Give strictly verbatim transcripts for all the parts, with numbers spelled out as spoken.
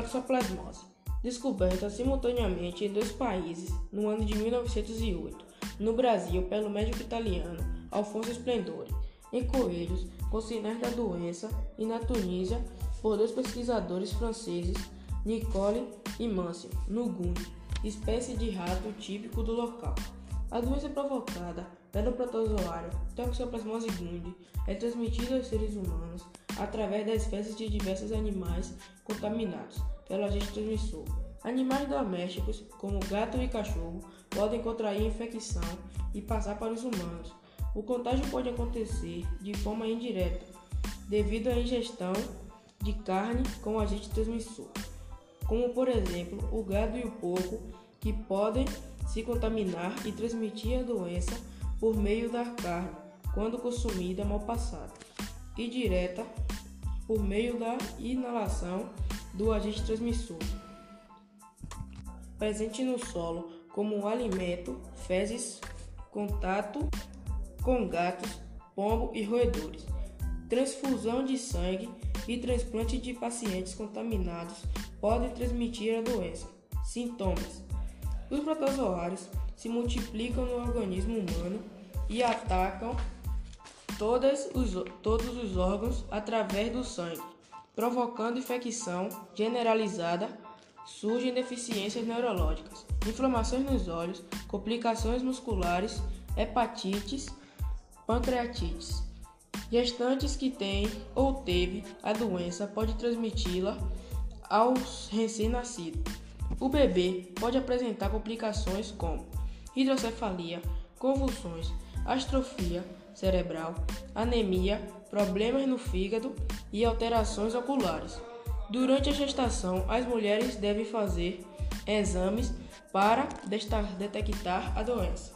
toxoplasmose, descoberta simultaneamente em dois países no ano de mil novecentos e oito, no Brasil pelo médico italiano Alfonso Splendore, em coelhos com sinais da doença, e na Tunísia por dois pesquisadores franceses, Nicole e Mansell, no Gund, espécie de rato típico do local. A doença provocada pelo protozoário Toxoplasmose gondii é transmitida aos seres humanos através das fezes de diversos animais contaminados pelo agente transmissor. Animais domésticos, como gato e cachorro, podem contrair a infecção e passar para os humanos. O contágio pode acontecer de forma indireta, devido à ingestão de carne com agente transmissor, como por exemplo o gado e o porco, que podem se contaminar e transmitir a doença por meio da carne quando consumida mal passada, e direta por meio da inalação do agente transmissor presente no solo, como o alimento, fezes, contato com gatos, pombo e roedores, transfusão de sangue e transplante de pacientes contaminados podem transmitir a doença. Sintomas: os protozoários se multiplicam no organismo humano e atacam todas os, todos os órgãos através do sangue, provocando infecção generalizada. Surgem deficiências neurológicas, inflamações nos olhos, complicações musculares, hepatites, pancreatites. Gestantes que têm ou teve a doença podem transmiti-la aos recém-nascidos. O bebê pode apresentar complicações como hidrocefalia, convulsões, atrofia cerebral, anemia, problemas no fígado e alterações oculares. Durante a gestação, as mulheres devem fazer exames para detectar a doença.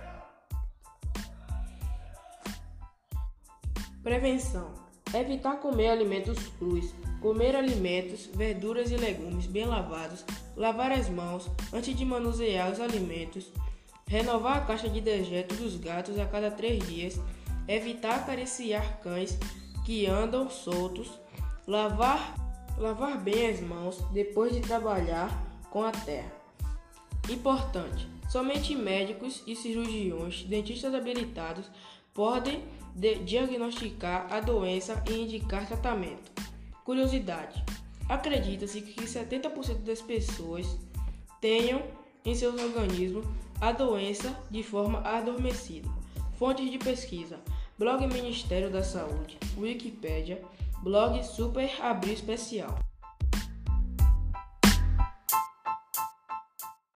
Prevenção: evitar comer alimentos crus, comer alimentos, verduras e legumes bem lavados, lavar as mãos antes de manusear os alimentos, renovar a caixa de dejetos dos gatos a cada três dias, evitar acariciar cães que andam soltos, lavar, lavar bem as mãos depois de trabalhar com a terra. Importante: somente médicos e cirurgiões, dentistas habilitados podem de- diagnosticar a doença e indicar tratamento. Curiosidade: acredita-se que setenta por cento das pessoas tenham em seus organismos a doença de forma adormecida. Fontes de pesquisa: blog Ministério da Saúde, Wikipédia, blog Super Abril Especial.